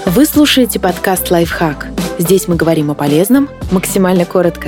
Вы слушаете подкаст «Лайфхак». Здесь мы говорим о полезном максимально коротко.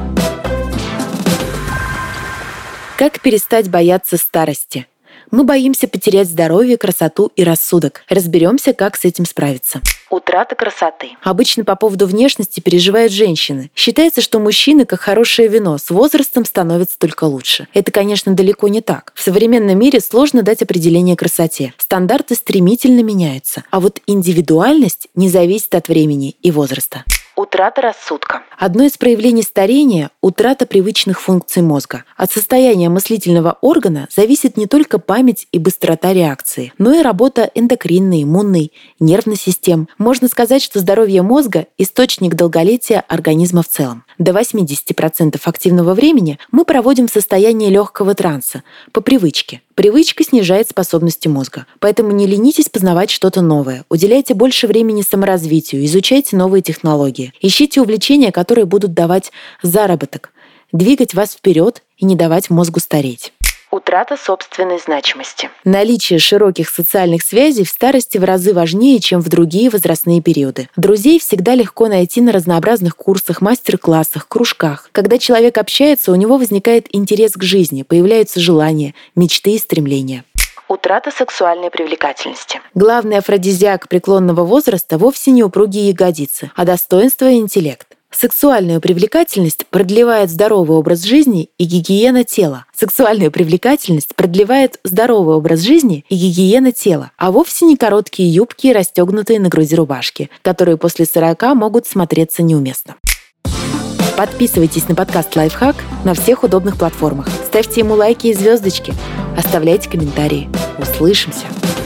Как перестать бояться старости? Мы боимся потерять здоровье, красоту и рассудок. Разберемся, как с этим справиться. Утрата красоты. Обычно по поводу внешности переживают женщины. Считается, что мужчины, как хорошее вино, с возрастом становятся только лучше. Это, конечно, далеко не так. В современном мире сложно дать определение красоте. Стандарты стремительно меняются. А вот индивидуальность не зависит от времени и возраста. Утрата рассудка. Одно из проявлений старения – утрата привычных функций мозга. От состояния мыслительного органа зависит не только память и быстрота реакции, но и работа эндокринной, иммунной, нервной систем. Можно сказать, что здоровье мозга – источник долголетия организма в целом. До 80% активного времени мы проводим в состоянии легкого транса, по привычке. Привычка снижает способности мозга. Поэтому не ленитесь познавать что-то новое. Уделяйте больше времени саморазвитию, изучайте новые технологии. Ищите увлечения, которые будут давать заработок, двигать вас вперед и не давать мозгу стареть. Утрата собственной значимости. Наличие широких социальных связей в старости в разы важнее, чем в другие возрастные периоды. Друзей всегда легко найти на разнообразных курсах, мастер-классах, кружках. Когда человек общается, у него возникает интерес к жизни, появляются желания, мечты и стремления. Утрата сексуальной привлекательности. Главный афродизиак преклонного возраста вовсе не упругие ягодицы, а достоинство и интеллект. Сексуальную привлекательность продлевает здоровый образ жизни и гигиена тела. Сексуальную привлекательность продлевает здоровый образ жизни и гигиена тела, а вовсе не короткие юбки и расстегнутые на груди рубашки, которые после 40 могут смотреться неуместно. Подписывайтесь на подкаст «Лайфхак» на всех удобных платформах. Ставьте ему лайки и звездочки. Оставляйте комментарии. Услышимся!